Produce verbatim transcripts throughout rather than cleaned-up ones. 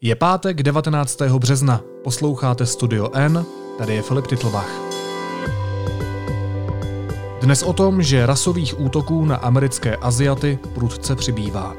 Je pátek devatenáctého března, posloucháte Studio N, tady je Filip Titlbach. Dnes o tom, že rasových útoků na americké Aziaty prudce přibývá.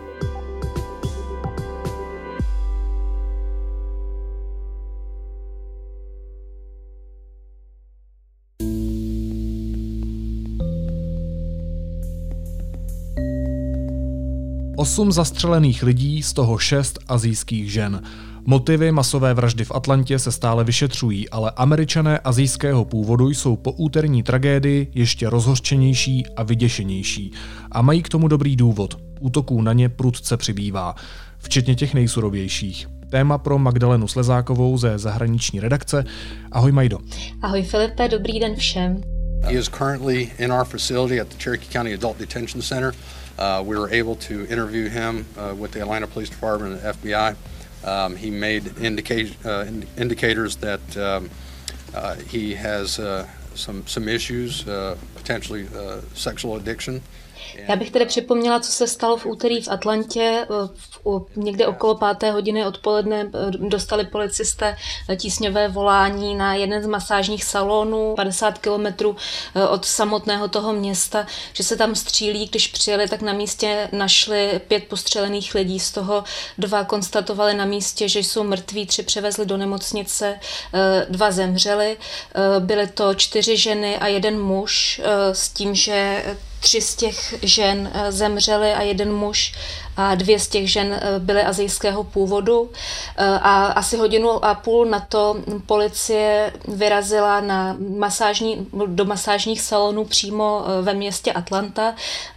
Osm zastřelených lidí, z toho šest asijských žen. Motivy masové vraždy v Atlantě se stále vyšetřují, ale Američané asijského původu jsou po úterní tragédii ještě rozhořčenější a vyděšenější. A mají k tomu dobrý důvod. Útoků na ně prudce přibývá, včetně těch nejsurovějších. Téma pro Magdalenu Slezákovou ze zahraniční redakce. Ahoj Majdo. Ahoj Filipe, dobrý den všem. He is currently in our facility at the Cherokee County Adult Detention Center. Uh, we were able to interview him uh, with the Atlanta Police Department and F B I. Um, he made indica- uh, ind- indicators that um, uh, he has uh, some some issues, uh, potentially uh, sexual addiction. Já bych tedy připomněla, co se stalo v úterý v Atlantě. V, někde okolo páté hodiny odpoledne dostali policisté tísňové volání na jeden z masážních salonů padesát kilometrů od samotného toho města, že se tam střílí. Když přijeli, tak na místě našli pět postřelených lidí, z toho dva konstatovali na místě, že jsou mrtví, tři převezli do nemocnice, dva zemřeli. Byly to čtyři ženy a jeden muž s tím, že tři z těch žen zemřely a jeden muž a dvě z těch žen byly asijského původu. A asi hodinu a půl na to policie vyrazila na masážní, do masážních salonů přímo ve městě Atlanta,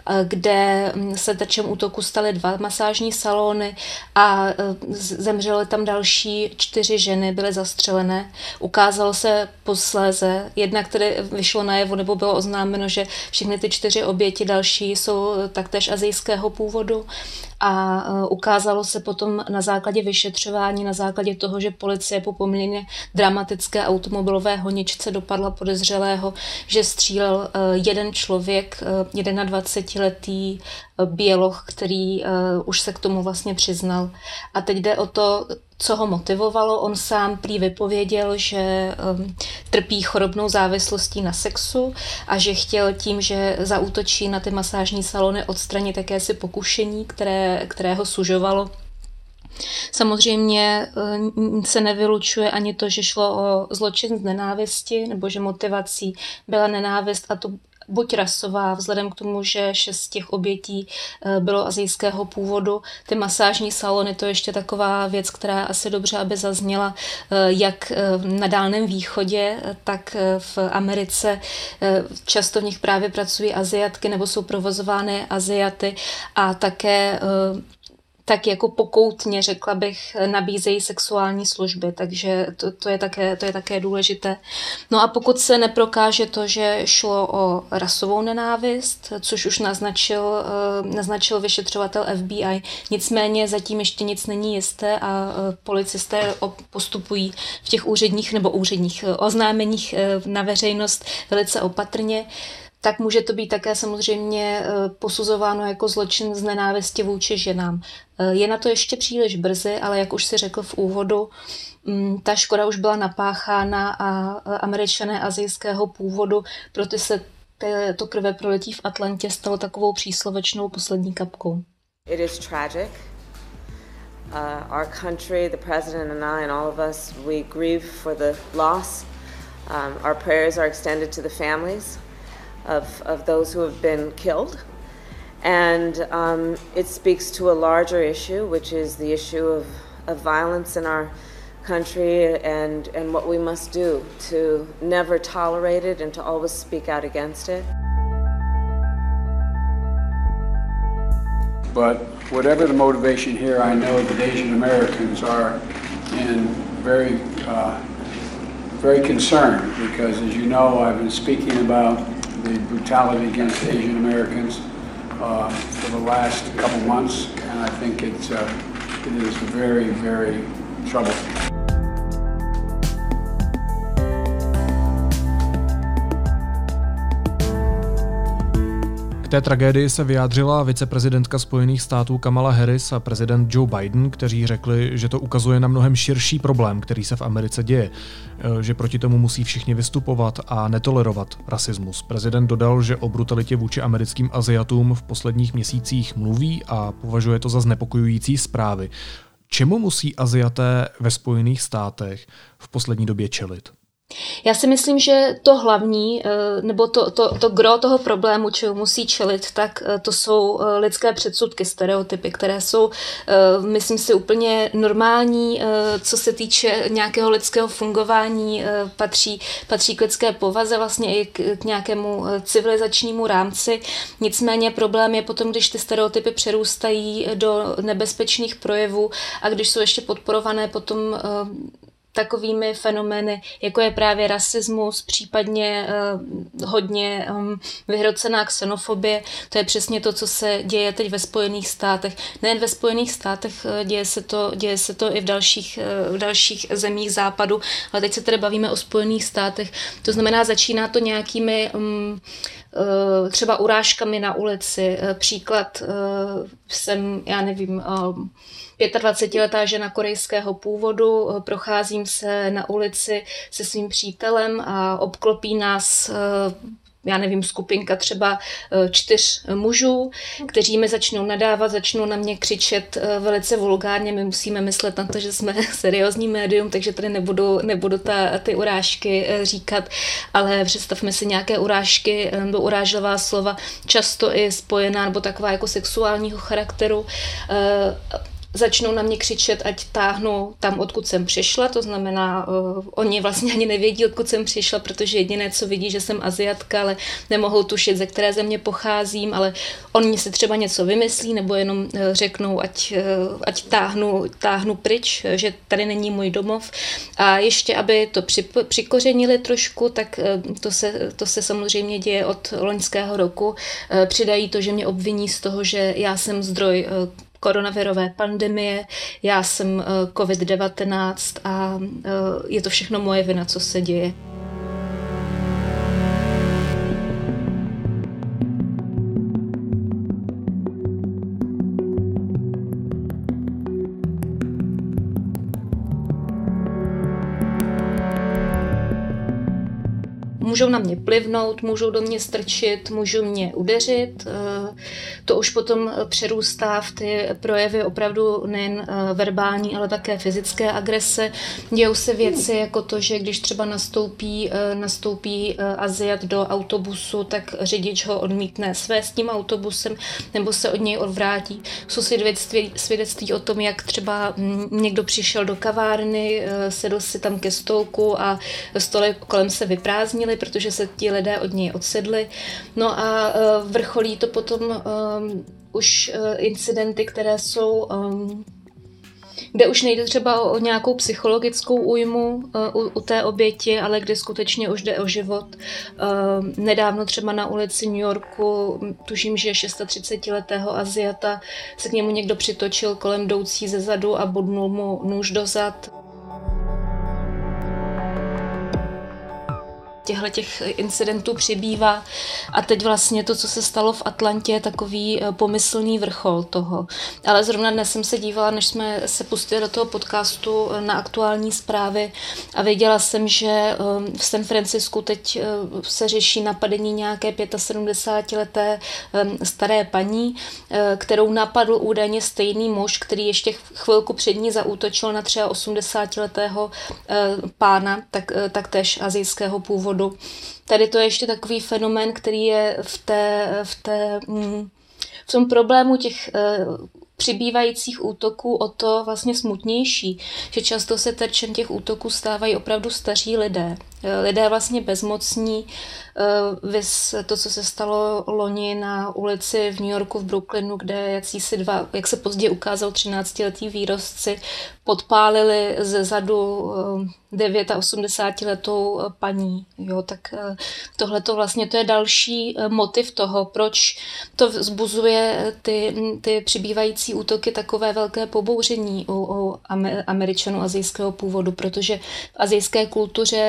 kde se terčem útoku staly dva masážní salony a zemřely tam další čtyři ženy, byly zastřelené. Ukázalo se posléze, jednak tedy vyšlo najevo, nebo bylo oznámeno, že všechny ty čtyři oběti další jsou taktéž asijského původu. A ukázalo se potom na základě vyšetřování, na základě toho, že policie po poměrně dramatické automobilové honičce dopadla podezřelého, že střílel jeden člověk, dvacetiletý běloch, který už se k tomu vlastně přiznal. A teď jde o to, co ho motivovalo. On sám prý vypověděl, že um, trpí chorobnou závislostí na sexu a že chtěl tím, že zaútočí na ty masážní salony, odstranit jakési pokušení, které, které ho sužovalo. Samozřejmě se nevylučuje ani to, že šlo o zločin z nenávisti, nebo že motivací byla nenávist, a to buď rasová, vzhledem k tomu, že šest z těch obětí bylo asijského původu. Ty masážní salony, to je ještě taková věc, která asi dobře, aby zazněla, jak na Dálném východě, tak v Americe. Často v nich právě pracují Aziatky nebo jsou provozovány Aziaty a také tak jako pokoutně, řekla bych, nabízejí sexuální služby, takže to, to, je také, to je také důležité. No a pokud se neprokáže to, že šlo o rasovou nenávist, což už naznačil, naznačil vyšetřovatel F B I, nicméně zatím ještě nic není jisté a policisté postupují v těch úředních nebo úředních oznámeních na veřejnost velice opatrně. Tak může to být také samozřejmě posuzováno jako zločin z nenávisti vůči ženám. Je na to ještě příliš brzy, ale jak už si řekl v úvodu, ta škoda už byla napáchána a Američané asijského původu, proto se to krve prolití v Atlantě stalo takovou příslovečnou poslední kapkou. It is tragic. Uh, our country, the president and I and all of us, we grieve for the loss. Um, our prayers are extended to the families Of, of those who have been killed. And um, it speaks to a larger issue, which is the issue of, of violence in our country and, and what we must do to never tolerate it and to always speak out against it. But whatever the motivation here, I know that Asian Americans are in very, uh, very concerned because, as you know, I've been speaking about the brutality against Asian Americans uh, for the last couple months, and I think it's uh, it is very, very troublesome. K té tragédii se vyjádřila viceprezidentka Spojených států Kamala Harris a prezident Joe Biden, kteří řekli, že to ukazuje na mnohem širší problém, který se v Americe děje, že proti tomu musí všichni vystupovat a netolerovat rasismus. Prezident dodal, že o brutalitě vůči americkým Aziatům v posledních měsících mluví a považuje to za znepokojující zprávy. Čemu musí Aziaté ve Spojených státech v poslední době čelit? Já si myslím, že to hlavní, nebo to, to, to gro toho problému, čeho musí čelit, tak to jsou lidské předsudky, stereotypy, které jsou, myslím si, úplně normální, co se týče nějakého lidského fungování, patří, patří k lidské povaze, vlastně i k, k nějakému civilizačnímu rámci. Nicméně problém je potom, když ty stereotypy přerůstají do nebezpečných projevů a když jsou ještě podporované potom takovými fenomény, jako je právě rasismus, případně uh, hodně um, vyhrocená xenofobie. To je přesně to, co se děje teď ve Spojených státech. Nejen ve Spojených státech, uh, děje se to, děje se to i v dalších, uh, v dalších zemích západu, ale teď se tedy bavíme o Spojených státech. To znamená, začíná to nějakými um, uh, třeba urážkami na ulici. Uh, příklad uh, jsem, já nevím, um, dvacetiletá žena korejského původu, procházím se na ulici se svým přítelem a obklopí nás, já nevím, skupinka třeba čtyř mužů, kteří mi začnou nadávat, začnou na mě křičet velice vulgárně. My musíme myslet na to, že jsme seriózní médium, takže tady nebudu, nebudu ta, ty urážky říkat, ale představme si nějaké urážky nebo urážlivá slova, často i spojená nebo taková jako sexuálního charakteru. Začnou na mě křičet, ať táhnu tam, odkud jsem přišla, to znamená, uh, oni vlastně ani nevědí, odkud jsem přišla, protože jediné, co vidí, že jsem Aziatka, ale nemohou tušit, ze které země pocházím, ale oni si třeba něco vymyslí, nebo jenom uh, řeknou, ať, uh, ať táhnu, táhnu pryč, že tady není můj domov. A ještě, aby to přip, přikořenili trošku, tak uh, to, se, to se samozřejmě děje od loňského roku. Uh, přidají to, že mě obviní z toho, že já jsem zdroj uh, koronavirové pandemie, já jsem covid devatenáct a je to všechno moje vina, co se děje. Můžou na mě plivnout, můžou do mě strčit, můžou mě udeřit. To už potom přerůstá v ty projevy opravdu nejen verbální, ale také fyzické agrese. Dějou se věci jako to, že když třeba nastoupí, nastoupí Aziat do autobusu, tak řidič ho odmítne svést tím autobusem nebo se od něj odvrátí. Jsou svědectví, svědectví o tom, jak třeba někdo přišel do kavárny, sedl si tam ke stolku a stoly kolem se vyprázdnily, protože se ti lidé od něj odsedli. No a uh, vrcholí to potom um, už uh, incidenty, které jsou, um, kde už nejde třeba o, o nějakou psychologickou újmu uh, u, u té oběti, ale kde skutečně už jde o život. Uh, nedávno třeba na ulici New Yorku, tuším, že třicetišestiletého Aziata se k němu někdo přitočil kolem jdoucí ze zadu a bodnul mu nůž do zad. Těchto těch incidentů přibývá a teď vlastně to, co se stalo v Atlantě, je takový pomyslný vrchol toho. Ale zrovna dnes jsem se dívala, než jsme se pustili do toho podcastu, na aktuální zprávy a věděla jsem, že v San Francisku teď se řeší napadení nějaké sedmdesátileté staré paní, kterou napadl údajně stejný muž, který ještě chvilku před ní zaútočil na osmdesátiletého pána, tak, taktéž asijského původu. Tady to je ještě takový fenomén, který je v, té, v, té, v tom problému těch přibývajících útoků o to vlastně smutnější, že často se terčem těch útoků stávají opravdu staří lidé. Lidé vlastně bezmocní, vys to, co se stalo loni na ulici v New Yorku v Brooklynu, kde jakýsi dva, jak se později ukázal, třináctiletí výrostci podpálili ze zadu osmdesátidevátiletou paní. Jo, tak tohle to vlastně to je další motiv toho, proč to vzbuzuje ty, ty přibývající útoky, takové velké pobouření u, u Američanů asijského původu, protože v asijské kultuře je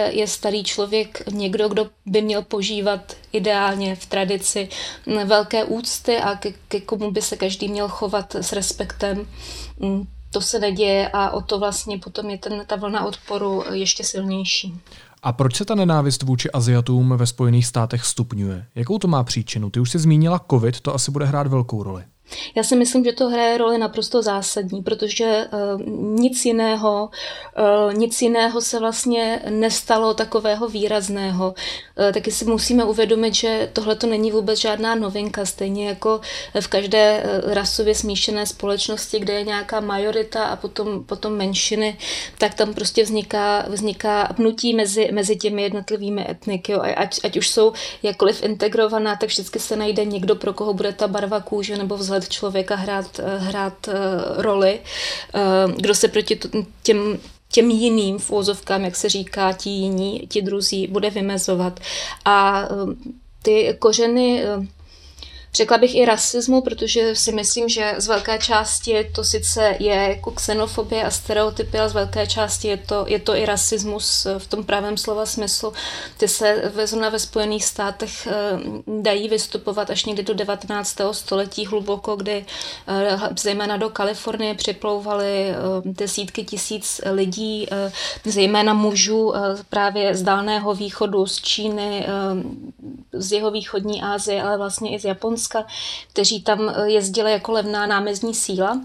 starý člověk někdo, kdo by měl požívat ideálně v tradici velké úcty a ke, ke komu by se každý měl chovat s respektem. To se neděje a o to vlastně potom je ten, ta vlna odporu ještě silnější. A proč se ta nenávist vůči Aziatům ve Spojených státech stupňuje? Jakou to má příčinu? Ty už jsi zmínila covid, to asi bude hrát velkou roli. Já si myslím, že to hraje roli naprosto zásadní, protože uh, nic jiného, uh, nic jiného se vlastně nestalo takového výrazného. Uh, taky si musíme uvědomit, že tohle to není vůbec žádná novinka, stejně jako v každé uh, rasově smíšené společnosti, kde je nějaká majorita a potom, potom menšiny, tak tam prostě vzniká, vzniká pnutí mezi, mezi těmi jednotlivými etniky. Jo. Ať, ať už jsou jakkoliv integrovaná, tak vždycky se najde někdo, pro koho bude ta barva kůže nebo vzhled člověka hrát, hrát uh, roli, uh, kdo se proti těm, těm jiným v úvozovkám, jak se říká, ti jiní, ti druzí, bude vymezovat. A uh, ty kořeny, uh, řekla bych i rasismu, protože si myslím, že z velké části to sice je jako xenofobie a stereotypy, ale z velké části je to, je to i rasismus v tom pravém slova smyslu. Ty se zrovna ve Spojených státech dají vystupovat až někdy do devatenáctého století hluboko, kdy zejména do Kalifornie připlouvaly desítky tisíc lidí, zejména mužů právě z Dálného východu, z Číny, z jihovýchodní Asie, ale vlastně i z Japonska, kteří tam jezdili jako levná námezdní síla.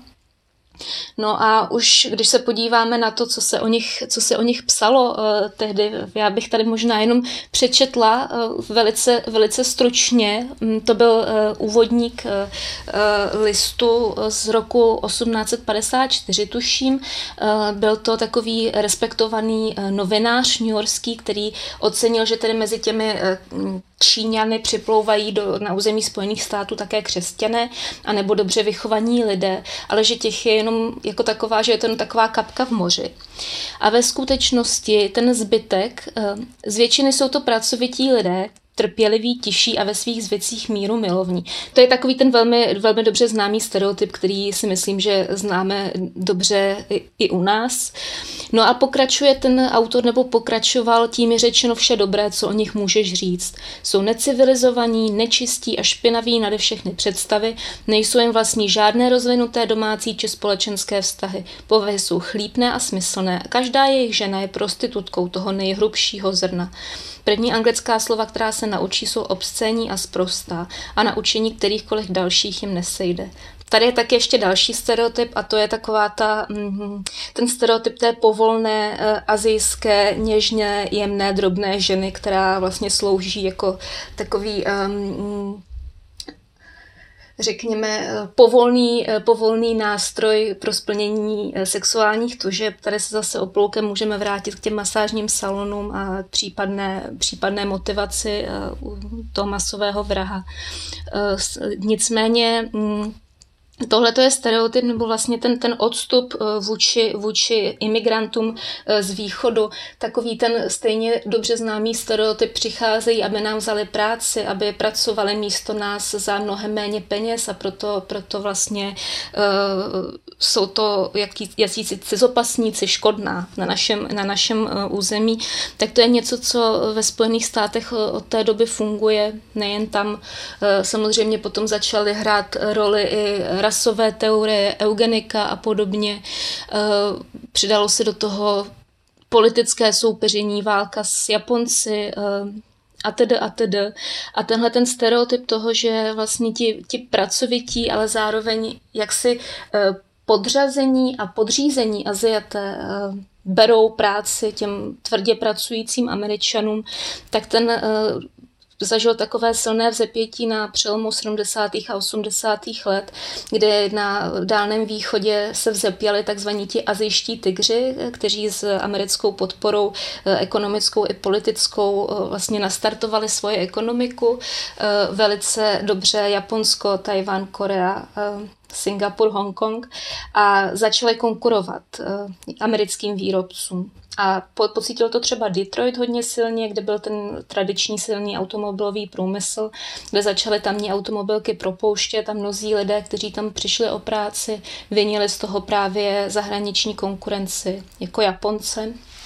No a už když se podíváme na to, co se o nich, co se o nich psalo uh, tehdy, já bych tady možná jenom přečetla uh, velice, velice stručně. Um, to byl uh, úvodník uh, uh, listu z roku osmnáct padesát čtyři, tuším. Uh, byl to takový respektovaný uh, novinář newyorský, který ocenil, že tedy mezi těmi uh, Číňany připlouvají do, na území Spojených států také křesťané anebo dobře vychovaní lidé, ale že těch je jenom jako taková, že je to jen taková kapka v moři. A ve skutečnosti ten zbytek, z většiny jsou to pracovití lidé, trpěliví, tiší a ve svých zvěcích míru milovní. To je takový ten velmi, velmi dobře známý stereotyp, který si myslím, že známe dobře i, i u nás. No a pokračuje ten autor, nebo pokračoval, tím je řečeno vše dobré, co o nich můžeš říct. Jsou necivilizovaní, nečistí a špinaví nade všechny představy, nejsou jim vlastní žádné rozvinuté domácí či společenské vztahy. Povahy jsou chlípné a smyslné. Každá jejich žena je prostitutkou toho nejhrubšího zrna. První anglická slova, která se naučí, jsou obscénní a sprostá a na učení kterýchkoliv dalších jim nesejde. Tady je taky ještě další stereotyp a to je taková ta, ten stereotyp té povolné, asijské, něžné, jemné, drobné ženy, která vlastně slouží jako takový um, řekněme, povolný, povolný nástroj pro splnění sexuálních tužeb. Tady se zase oploukem můžeme vrátit k těm masážním salonům a případné, případné motivaci toho masového vraha. Nicméně tohle to je stereotyp, nebo vlastně ten, ten odstup vůči, vůči imigrantům z východu, takový ten stejně dobře známý stereotyp, přicházejí, aby nám vzali práci, aby pracovali místo nás za mnohem méně peněz a proto, proto vlastně uh, jsou to jakýsi cizopasníci, škodná na našem, na našem uh, území. Tak to je něco, co ve Spojených státech od té doby funguje, nejen tam. Uh, samozřejmě potom začaly hrát roli i rasové teorie, eugenika a podobně. Přidalo se do toho politické soupeření, válka s Japonci a tedy a tedy. A tenhle ten stereotyp toho, že vlastně ti, ti pracovití, ale zároveň jaksi podřazení a podřízení Aziaté berou práci těm tvrdě pracujícím Američanům, tak ten zažil takové silné vzepětí na přelomu sedmdesátých a osmdesátých let, kde na Dálném východě se vzepěli takzvaní ti asijští tygři, kteří s americkou podporou ekonomickou i politickou vlastně nastartovali svoji ekonomiku. Velice dobře Japonsko, Tajvan, Korea, Singapur, Hongkong a začaly konkurovat americkým výrobcům. A pocítil to třeba Detroit hodně silně, kde byl ten tradiční silný automobilový průmysl, kde začaly tamní automobilky propouštět a mnozí lidé, kteří tam přišli o práci, vinili z toho právě zahraniční konkurenci jako Japonce.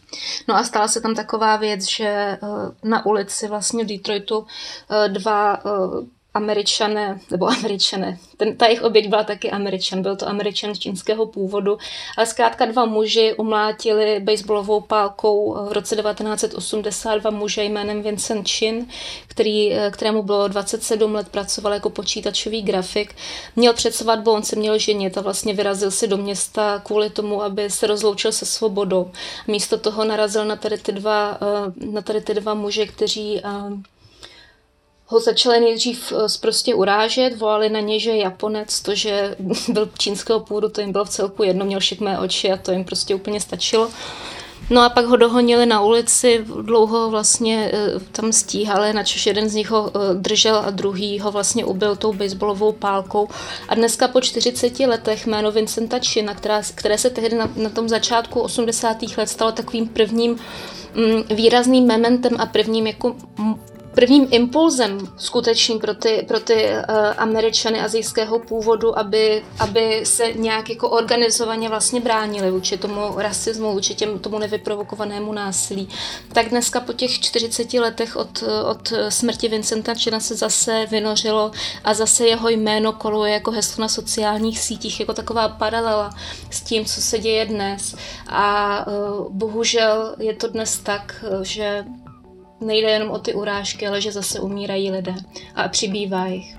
No a stala se tam taková věc, že na ulici vlastně v Detroitu dva Američané, nebo Američané, ten, ta jejich oběť byla taky Američan, byl to Američan čínského původu, ale zkrátka dva muži umlátili baseballovou pálkou v roce devatenáct set osmdesát dva muže jménem Vincent Chin, který, kterému bylo dvacet sedm let, pracoval jako počítačový grafik. Měl před svatbou, on se měl ženit a vlastně vyrazil si do města kvůli tomu, aby se rozloučil se svobodou. Místo toho narazil na tady ty dva, na tady ty dva muže, kteří ho začali nejdřív prostě urážet, volali na ně, že je Japonec, to, že byl čínského původu, to jim bylo v celku jedno, měl šikmé oči a to jim prostě úplně stačilo. No a pak ho dohonili na ulici, dlouho vlastně tam stíhali, načež jeden z nich ho držel a druhý ho vlastně ubil tou baseballovou pálkou. A dneska po čtyřiceti letech jméno Vincenta China, která, které se tehdy na, na tom začátku osmdesátých let stalo takovým prvním mm, výrazným mementem a prvním jako Prvním impulzem skutečným pro ty, pro ty uh, Američany asijského původu, aby, aby se nějak jako organizovaně vlastně bránili vůči tomu rasismu, vůči těm, tomu nevyprovokovanému násilí. Tak dneska po těch čtyřiceti letech od, od smrti Vincenta China se zase vynořilo a zase jeho jméno koluje jako heslo na sociálních sítích, jako taková paralela s tím, co se děje dnes. A uh, bohužel je to dnes tak, že nejde jenom o ty urážky, ale že zase umírají lidé a přibývá jich.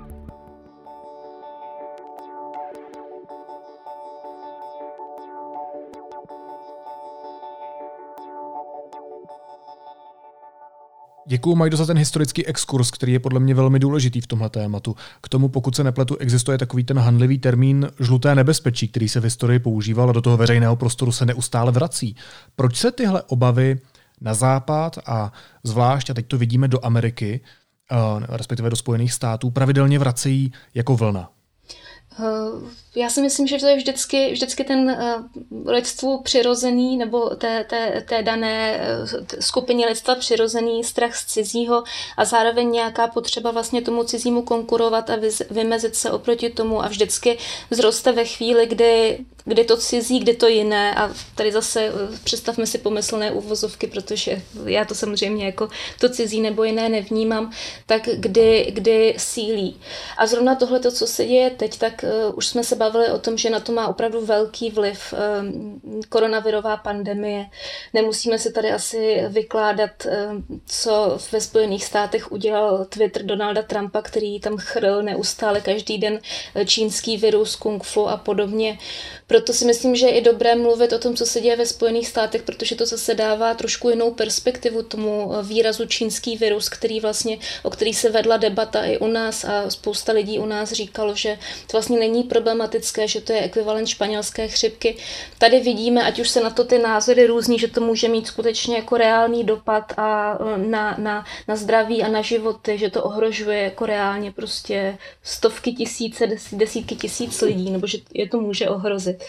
Děkuju, Majdo, za ten historický exkurs, který je podle mě velmi důležitý v tomhle tématu. K tomu, pokud se nepletu, existuje takový ten hanlivý termín žluté nebezpečí, který se v historii používal a do toho veřejného prostoru se neustále vrací. Proč se tyhle obavy na západ a zvlášť, a teď to vidíme do Ameriky, respektive do Spojených států, pravidelně vracejí jako vlna? Já si myslím, že to je vždycky, vždycky ten lidstvu přirozený, nebo té, té, té dané skupině lidstva přirozený strach z cizího a zároveň nějaká potřeba vlastně tomu cizímu konkurovat a vymezit se oproti tomu a vždycky vzroste ve chvíli, kdy, kdy to cizí, kdy to jiné a tady zase představme si pomyslné uvozovky, protože já to samozřejmě jako to cizí nebo jiné nevnímám, tak kdy, kdy sílí. A zrovna tohle, co se děje teď, tak uh, už jsme se bavili o tom, že na to má opravdu velký vliv uh, koronavirová pandemie. Nemusíme si tady asi vykládat, uh, co ve Spojených státech udělal Twitter Donalda Trumpa, který tam chrl neustále každý den čínský virus, kung flu a podobně. Proto si myslím, že je i dobré mluvit o tom, co se děje ve Spojených státech, protože to zase dává trošku jinou perspektivu tomu výrazu čínský virus, který vlastně, o který se vedla debata i u nás a spousta lidí u nás říkalo, že to vlastně není problematické, že to je ekvivalent španělské chřipky. Tady vidíme, ať už se na to ty názory různí, že to může mít skutečně jako reálný dopad a na, na, na zdraví a na životy, že to ohrožuje jako reálně prostě stovky tisíce, desítky tisíc lidí, nebo že je to může ohrozit.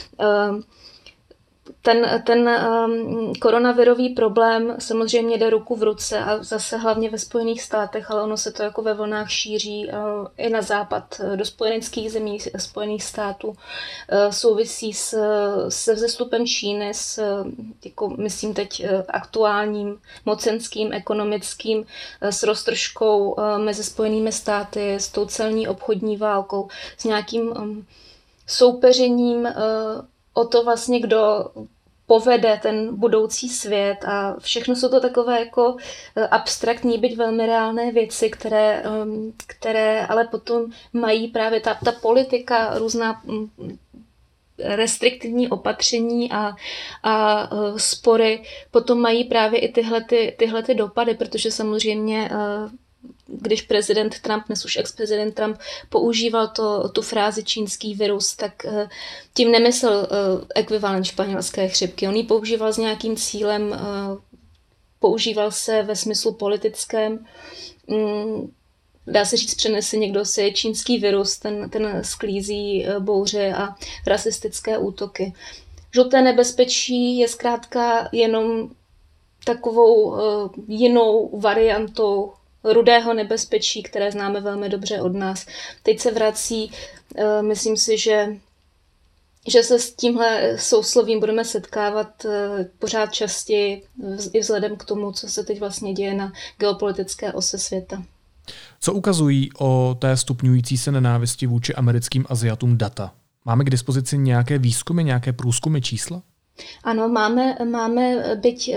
Ten, ten um, koronavirový problém samozřejmě jde ruku v ruce a zase hlavně ve Spojených státech, ale ono se to jako ve vlnách šíří uh, i na západ, do spojeneckých zemí, Spojených států. Uh, souvisí s, se vzestupem Číny, s, jako myslím teď uh, aktuálním mocenským, ekonomickým, uh, s roztržkou uh, mezi Spojenými státy, s tou celní obchodní válkou, s nějakým um, soupeřením uh, o to vlastně, kdo povede ten budoucí svět a všechno jsou to takové jako abstraktní, byť velmi reálné věci, které, které ale potom mají právě ta, ta politika, různá restriktivní opatření a, a spory, potom mají právě i tyhle, ty, tyhle ty dopady, protože samozřejmě když prezident Trump, dnes už ex-prezident Trump, používal to, tu frázi čínský virus, tak uh, tím nemyslel uh, ekvivalent španělské chřipky. On ji používal s nějakým cílem, uh, používal se ve smyslu politickém. Um, dá se říct, přenese někdo si čínský virus, ten, ten sklízí uh, bouře a rasistické útoky. Žluté nebezpečí je zkrátka jenom takovou uh, jinou variantou rudého nebezpečí, které známe velmi dobře od nás. Teď se vrací, myslím si, že že se s tímhle souslovím budeme setkávat pořád častěji i vzhledem k tomu, co se teď vlastně děje na geopolitické ose světa. Co ukazují o té stupňující se nenávisti vůči americkým Aziatům data? Máme k dispozici nějaké výzkumy, nějaké průzkumy, čísla? Ano, máme, máme byť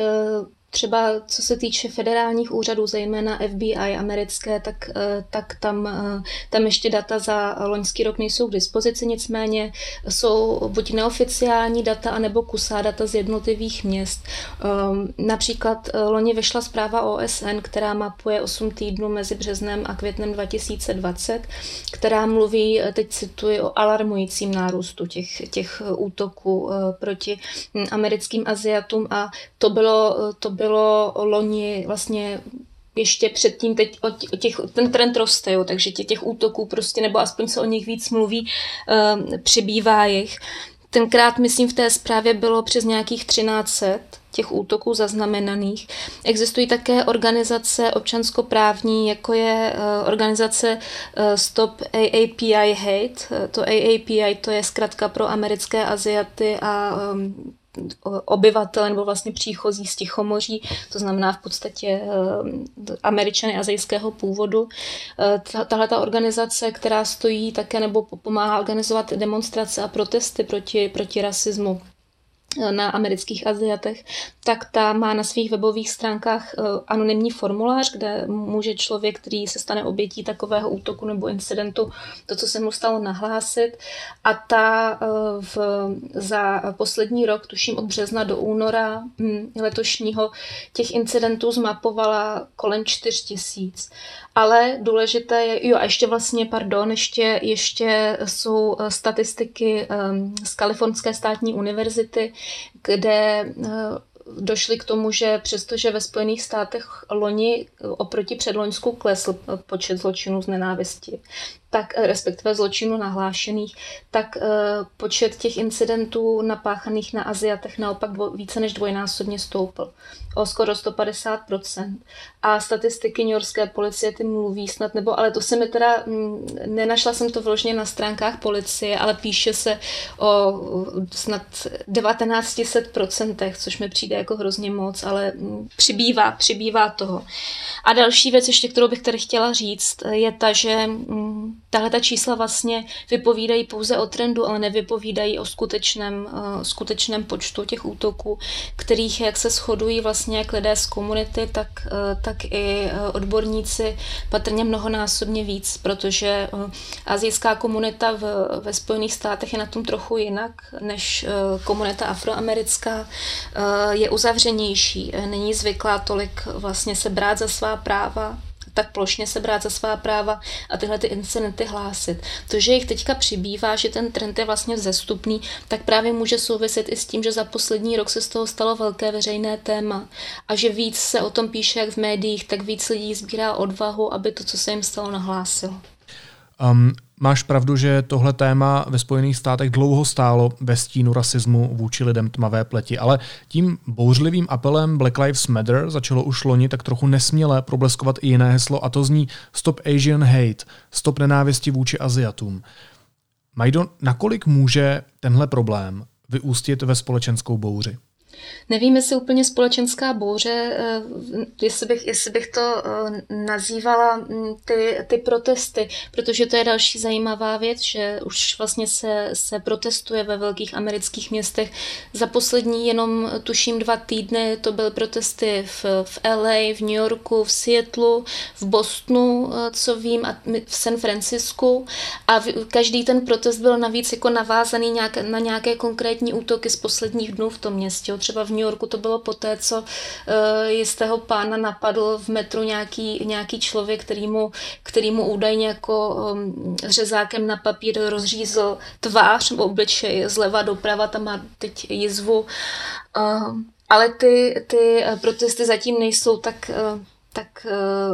třeba co se týče federálních úřadů, zejména F B I americké, tak, tak tam, tam ještě data za loňský rok nejsou k dispozici, nicméně jsou buď neoficiální data, anebo kusá data z jednotlivých měst. Například loni vyšla zpráva O S N, která mapuje osm týdnů mezi březnem a květnem dva tisíce dvacet, která mluví, teď cituji, o alarmujícím nárůstu těch, těch útoků proti americkým Aziatům a to bylo, to bylo loni vlastně ještě předtím, teď o těch, ten trend roste, jo, takže těch, těch útoků prostě, nebo aspoň se o nich víc mluví, uh, přibývá jich. Tenkrát, myslím, v té zprávě bylo přes nějakých třináct set těch útoků zaznamenaných. Existují také organizace občanskoprávní, jako je uh, organizace uh, Stop A A P I Hate. To A A P I to je zkratka pro americké Aziaty a um, obyvatel nebo vlastně příchozí z Tichomoří, to znamená v podstatě Američany azijského původu. Tahle ta organizace, která stojí také nebo pomáhá organizovat demonstrace a protesty proti, proti rasismu na amerických Aziatech, tak ta má na svých webových stránkách anonymní formulář, kde může člověk, který se stane obětí takového útoku nebo incidentu, to, co se mu stalo, nahlásit. A ta v, za poslední rok, tuším od března do února letošního, těch incidentů zmapovala kolem čtyři tisíc. Ale důležité je, jo a ještě vlastně, pardon, ještě, ještě jsou statistiky z Kalifornské státní univerzity, kde došli k tomu, že přestože ve Spojených státech loni oproti předloňsku klesl počet zločinů z nenávisti, tak respektive zločinů nahlášených, tak počet těch incidentů napáchaných na Aziatech naopak dvo, více než dvojnásobně stoupl. O skoro sto padesát procent. A statistiky newyorské policie ty mluví snad, nebo, ale to se mi teda, nenašla jsem to vložně na stránkách policie, ale píše se o snad devatenáct set procentech, což mi přijde jako hrozně moc, ale přibývá, přibývá toho. A další věc ještě, kterou bych tady chtěla říct, je ta, že tahle ta čísla vlastně vypovídají pouze o trendu, ale nevypovídají o skutečném, uh, skutečném počtu těch útoků, kterých, jak se shodují vlastně jak lidé z komunity, tak, uh, tak i uh, odborníci patrně mnohonásobně víc, protože uh, asijská komunita v, ve Spojených státech je na tom trochu jinak než uh, komunita afroamerická, uh, je uzavřenější, není zvyklá tolik vlastně se brát za svá práva, tak plošně se brát za svá práva a tyhle ty incidenty hlásit. To, že jich teďka přibývá, že ten trend je vlastně vzestupný, tak právě může souviset i s tím, že za poslední rok se z toho stalo velké veřejné téma a že víc se o tom píše jak v médiích, tak víc lidí sbírá odvahu, aby to, co se jim stalo, nahlásilo. Um, máš pravdu, že tohle téma ve Spojených státech dlouho stálo ve stínu rasismu vůči lidem tmavé pleti, ale tím bouřlivým apelem Black Lives Matter začalo už loni tak trochu nesměle probleskovat i jiné heslo, a to zní Stop Asian Hate, stop nenávisti vůči Aziatům. Majdo, nakolik může tenhle problém vyústit ve společenskou bouři? Nevím, jestli úplně společenská bouře, jestli bych, jestli bych to nazývala ty, ty protesty, protože to je další zajímavá věc, že už vlastně se, se protestuje ve velkých amerických městech. Za poslední jenom tuším dva týdny to byly protesty v, v L A, v New Yorku, v Seattlu, v Bostonu, co vím, a v San Francisku, a každý ten protest byl navíc jako navázaný nějak, na nějaké konkrétní útoky z posledních dnů v tom městě. Třeba v New Yorku to bylo poté, co uh, jistého pána napadl v metru nějaký, nějaký člověk, který mu, který mu údajně jako um, řezákem na papír rozřízl tvář, obličej zleva doprava, tam má teď jizvu. Uh, ale ty, ty protesty zatím nejsou tak, uh, tak uh,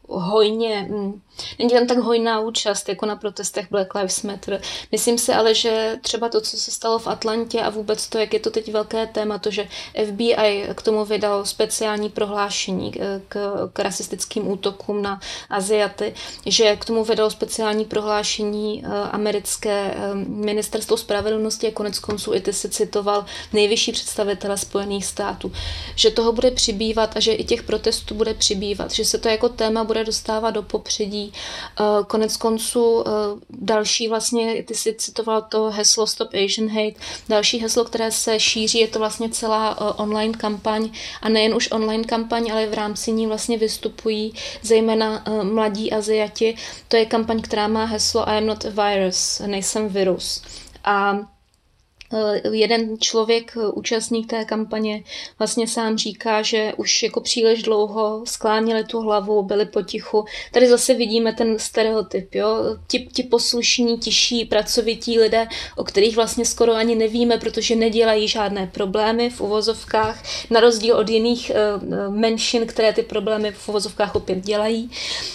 hojně, není tam tak hojná účast jako na protestech Black Lives Matter. Myslím si ale, že třeba to, co se stalo v Atlantě a vůbec to, jak je to teď velké téma, to, že F B I k tomu vydalo speciální prohlášení k, k rasistickým útokům na Aziaty, že k tomu vydalo speciální prohlášení americké ministerstvo spravedlnosti a konec konců i ty si citoval nejvyšší představitele Spojených států, že toho bude přibývat a že i těch protestů bude přibývat, že se to jako téma bude dostávat do popředí. Konec konců další vlastně, ty si citoval to heslo Stop Asian Hate, další heslo, které se šíří, je to vlastně celá online kampaň a nejen už online kampaň, ale v rámci ní vlastně vystupují zejména mladí Aziati. To je kampaň, která má heslo I am not a virus, nejsem virus. A jeden člověk, účastník té kampaně, vlastně sám říká, že už jako příliš dlouho skláněli tu hlavu, byli potichu. Tady zase vidíme ten stereotyp, jo? Ti, ti poslušní, tiší, pracovití lidé, o kterých vlastně skoro ani nevíme, protože nedělají žádné problémy v uvozovkách, na rozdíl od jiných uh, menšin, které ty problémy v uvozovkách opět dělají.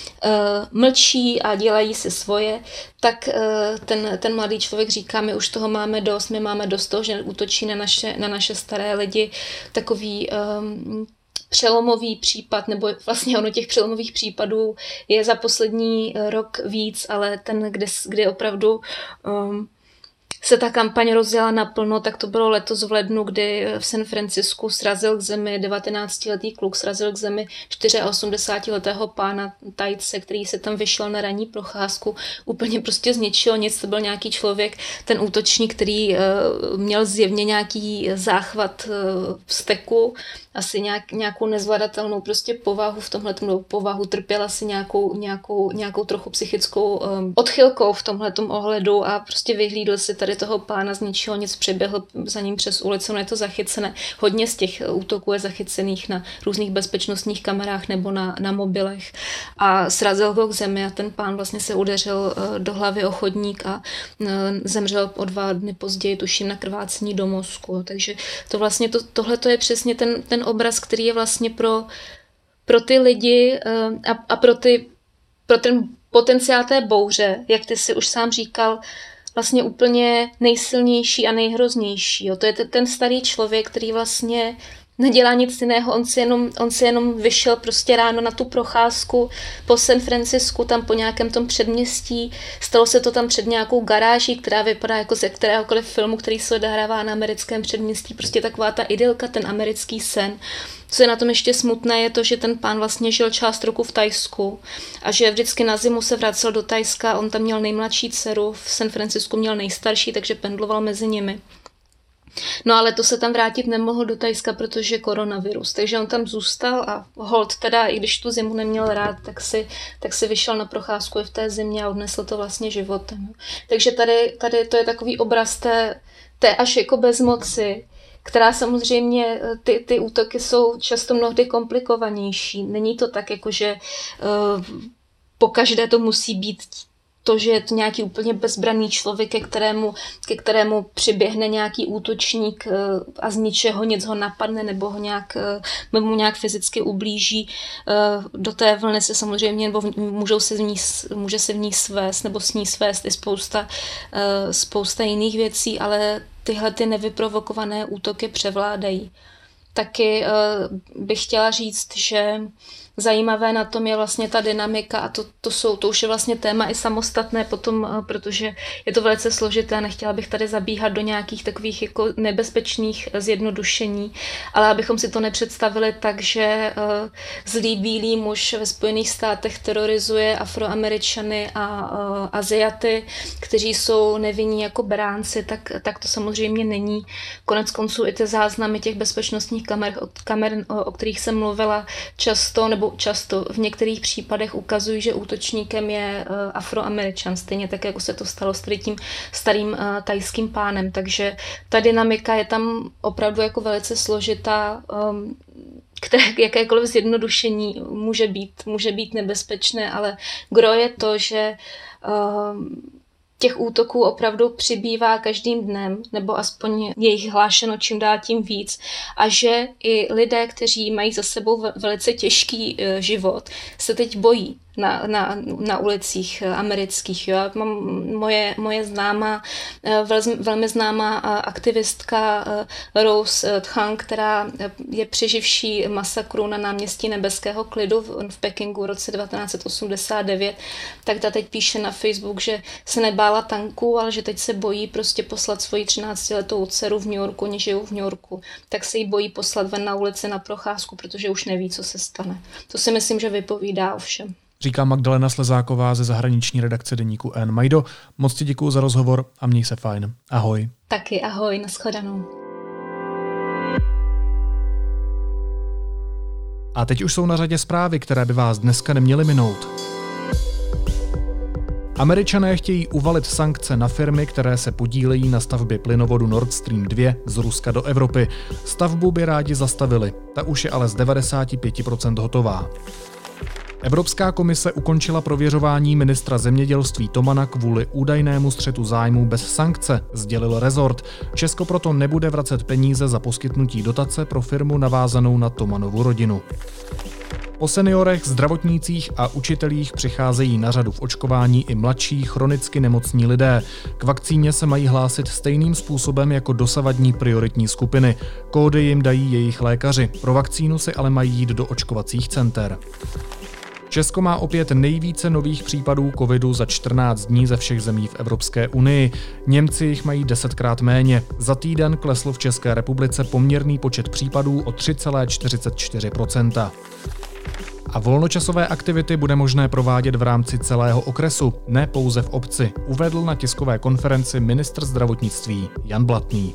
Mlčí a dělají si svoje, tak ten, ten mladý člověk říká, my už toho máme dost, my máme dost toho, že útočí na naše, na naše staré lidi. Takový um, přelomový případ, nebo vlastně ono těch přelomových případů je za poslední rok víc, ale ten, kde, kde opravdu um, se ta kampaň rozjela naplno, tak to bylo letos v lednu, kdy v San Francisku srazil k zemi devatenáctiletý kluk, srazil k zemi osmdesátičtyřletého pána Tajce, který se tam vyšel na ranní procházku, úplně prostě zničil nic, to byl nějaký člověk, ten útočník, který uh, měl zjevně nějaký záchvat uh, vzteku, asi nějak, nějakou nezvladatelnou prostě povahu v tomhletom, povahu, trpěla si nějakou, nějakou, nějakou trochu psychickou um, odchylkou v tomhletom ohledu a prostě vyhlídl si tady toho pána, z ničeho nic, přiběhl za ním přes ulici, no je to zachycené. Hodně z těch útoků je zachycených na různých bezpečnostních kamerách nebo na, na mobilech a srazil ho k zemi a ten pán vlastně se udeřil uh, do hlavy o chodník a uh, zemřel o dva dny později, tuším, na krvácení do mozku. Takže to vlastně to, tohle je přesně ten, ten obraz, který je vlastně pro, pro ty lidi uh, a, a pro, ty, pro ten potenciál té bouře, jak ty si už sám říkal, vlastně úplně nejsilnější a nejhroznější. Jo. To je ten starý člověk, který vlastně nedělá nic jiného, on si, jenom, on si jenom vyšel prostě ráno na tu procházku po San Francisku, tam po nějakém tom předměstí, stalo se to tam před nějakou garáží, která vypadá jako ze kteréhokoliv filmu, který se odehrává na americkém předměstí, prostě taková ta idylka, ten americký sen. Co je na tom ještě smutné, je to, že ten pán vlastně žil část roku v Thajsku a že vždycky na zimu se vracel do Thajska, on tam měl nejmladší dceru, v San Francisku měl nejstarší, takže pendloval mezi nimi. No ale to se tam vrátit nemohl do Thajska, protože koronavirus, takže on tam zůstal a hold teda, i když tu zimu neměl rád, tak si, tak si vyšel na procházku i v té zimě a odnesl to vlastně životem. Takže tady, tady to je takový obraz té, té až jako bezmoci, která samozřejmě, ty, ty útoky jsou často mnohdy komplikovanější. Není to tak, jako že uh, pokaždé to musí být to, že je to nějaký úplně bezbranný člověk, ke kterému, ke kterému přiběhne nějaký útočník a z ničeho nic ho napadne nebo ho nějak, mu nějak fyzicky ublíží. Do té vlny se samozřejmě, nebo můžou se v ní, může se v ní svést nebo s ní svést i spousta, spousta jiných věcí, ale tyhle ty nevyprovokované útoky převládají. Taky bych chtěla říct, že zajímavé na tom je vlastně ta dynamika a to, to, jsou, to už je vlastně téma i samostatné potom, protože je to velice složité, nechtěla bych tady zabíhat do nějakých takových jako nebezpečných zjednodušení, ale abychom si to nepředstavili tak, že uh, zlý bílý muž ve Spojených státech terorizuje Afroameričany a uh, Aziaty, kteří jsou nevinní jako beránci, tak, tak to samozřejmě není. Konec konců i ty záznamy těch bezpečnostních kamer, kamer o, o kterých jsem mluvila často, nebo často v některých případech ukazují, že útočníkem je uh, Afroameričan, stejně tak, jako se to stalo s tím starým uh, thajským pánem. Takže ta dynamika je tam opravdu jako velice složitá, um, které, jakékoliv zjednodušení může být, může být nebezpečné, ale gro je to, že um, těch útoků opravdu přibývá každým dnem, nebo aspoň je jich hlášeno čím dál tím víc, a že i lidé, kteří mají za sebou velice těžký život, se teď bojí na, na, na ulicích amerických. Jo. Mám moje, moje známá, velmi, velmi známá aktivistka Rose Tchang, která je přeživší masakru na náměstí Nebeského klidu v, v Pekingu v roce devatenáct set osmdesát devět, tak ta teď píše na Facebook, že se nebála tanků, ale že teď se bojí prostě poslat svoji třináctiletou dceru v New Yorku, oni žijou v New Yorku, tak se jí bojí poslat ven na ulici na procházku, protože už neví, co se stane. To si myslím, že vypovídá o všem. Říká Magdalena Slezáková ze zahraniční redakce deníku N. Majdo, moc ti děkuju za rozhovor a měj se fajn. Ahoj. Taky ahoj, nashledanou. A teď už jsou na řadě zprávy, které by vás dneska neměly minout. Američané chtějí uvalit sankce na firmy, které se podílejí na stavbě plynovodu Nord Stream dva z Ruska do Evropy. Stavbu by rádi zastavili, ta už je ale z devadesát pět procent hotová. Evropská komise ukončila prověřování ministra zemědělství Tomana kvůli údajnému střetu zájmů bez sankce, sdělil rezort. Česko proto nebude vracet peníze za poskytnutí dotace pro firmu navázanou na Tomanovu rodinu. Po seniorech, zdravotnících a učitelích přicházejí na řadu v očkování i mladší chronicky nemocní lidé. K vakcíně se mají hlásit stejným způsobem jako dosavadní prioritní skupiny. Kódy jim dají jejich lékaři. Pro vakcínu si ale mají jít do očkovacích center. Česko má opět nejvíce nových případů covidu za čtrnáct dní ze všech zemí v Evropské unii. Němci jich mají desetkrát méně. Za týden klesl v České republice poměrný počet případů o tři celá čtyřicet čtyři procenta. A volnočasové aktivity bude možné provádět v rámci celého okresu, ne pouze v obci, uvedl na tiskové konferenci ministr zdravotnictví Jan Blatný.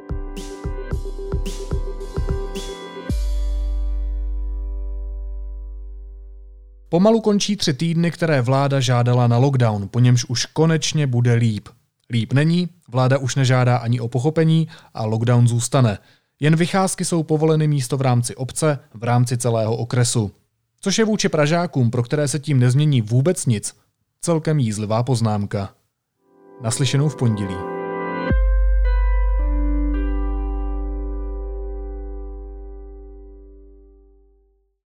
Pomalu končí tři týdny, které vláda žádala na lockdown, po němž už konečně bude líp. Líp není, vláda už nežádá ani o pochopení a lockdown zůstane. Jen vycházky jsou povoleny místo v rámci obce, v rámci celého okresu. Což je vůči Pražákům, pro které se tím nezmění vůbec nic, celkem jízlivá poznámka. Naslyšenou v pondělí.